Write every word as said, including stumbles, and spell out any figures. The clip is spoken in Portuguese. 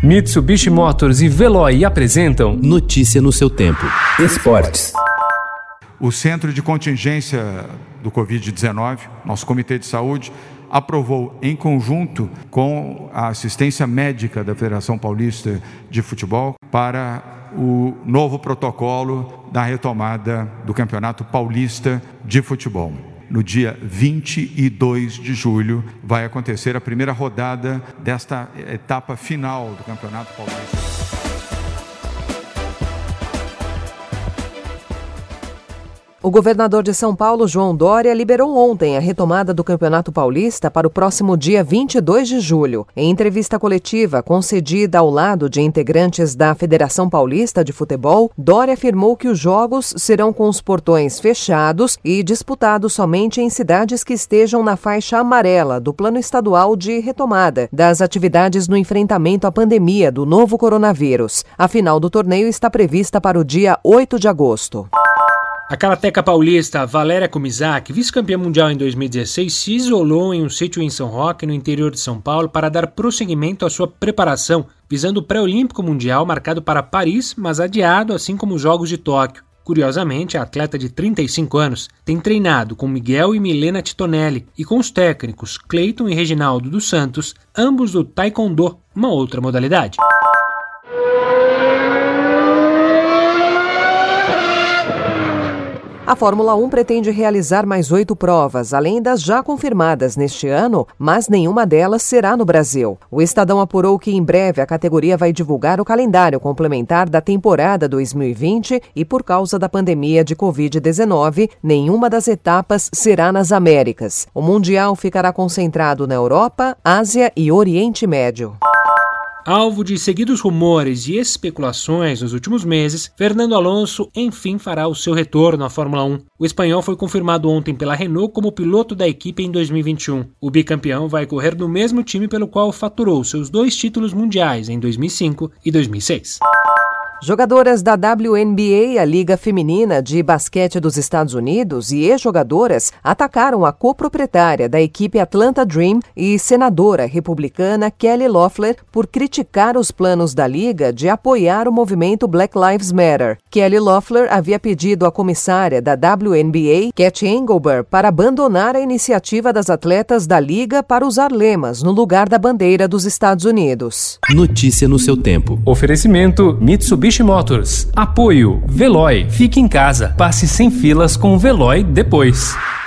Mitsubishi Motors e Veloy apresentam Notícia no seu tempo. Esportes. O Centro de Contingência do covid dezenove, nosso Comitê de Saúde, aprovou em conjunto com a assistência médica da Federação Paulista de Futebol para o novo protocolo da retomada do Campeonato Paulista de Futebol. No dia vinte e dois de julho vai acontecer a primeira rodada desta etapa final do Campeonato Paulista. O governador de São Paulo, João Dória, liberou ontem a retomada do Campeonato Paulista para o próximo dia vinte e dois de julho. Em entrevista coletiva concedida ao lado de integrantes da Federação Paulista de Futebol, Dória afirmou que os jogos serão com os portões fechados e disputados somente em cidades que estejam na faixa amarela do Plano Estadual de Retomada das atividades no enfrentamento à pandemia do novo coronavírus. A final do torneio está prevista para o dia oito de agosto. A karateca paulista Valéria Kumizak, vice-campeã mundial em dois mil e dezesseis, se isolou em um sítio em São Roque, no interior de São Paulo, para dar prosseguimento à sua preparação, visando o pré-olímpico mundial marcado para Paris, mas adiado, assim como os Jogos de Tóquio. Curiosamente, a atleta de trinta e cinco anos tem treinado com Miguel e Milena Titonelli e com os técnicos Cleiton e Reginaldo dos Santos, ambos do Taekwondo, uma outra modalidade. A Fórmula um pretende realizar mais oito provas, além das já confirmadas neste ano, mas nenhuma delas será no Brasil. O Estadão apurou que em breve a categoria vai divulgar o calendário complementar da temporada dois mil e vinte e, por causa da pandemia de covid dezenove, nenhuma das etapas será nas Américas. O Mundial ficará concentrado na Europa, Ásia e Oriente Médio. Alvo de seguidos rumores e especulações nos últimos meses, Fernando Alonso enfim fará o seu retorno à Fórmula um. O espanhol foi confirmado ontem pela Renault como piloto da equipe em dois mil e vinte e um. O bicampeão vai correr no mesmo time pelo qual faturou seus dois títulos mundiais em dois mil e cinco e dois mil e seis. Jogadoras da W N B A, a Liga Feminina de Basquete dos Estados Unidos, e ex-jogadoras atacaram a coproprietária da equipe Atlanta Dream e senadora republicana Kelly Loeffler por criticar os planos da Liga de apoiar o movimento Black Lives Matter. Kelly Loeffler havia pedido à comissária da W N B A, Cat Engelbert, para abandonar a iniciativa das atletas da Liga para usar lemas no lugar da bandeira dos Estados Unidos. Notícia no seu tempo. Oferecimento Mitsubishi Motors. Apoio Veloy. Fique em casa. Passe sem filas com o Veloy depois.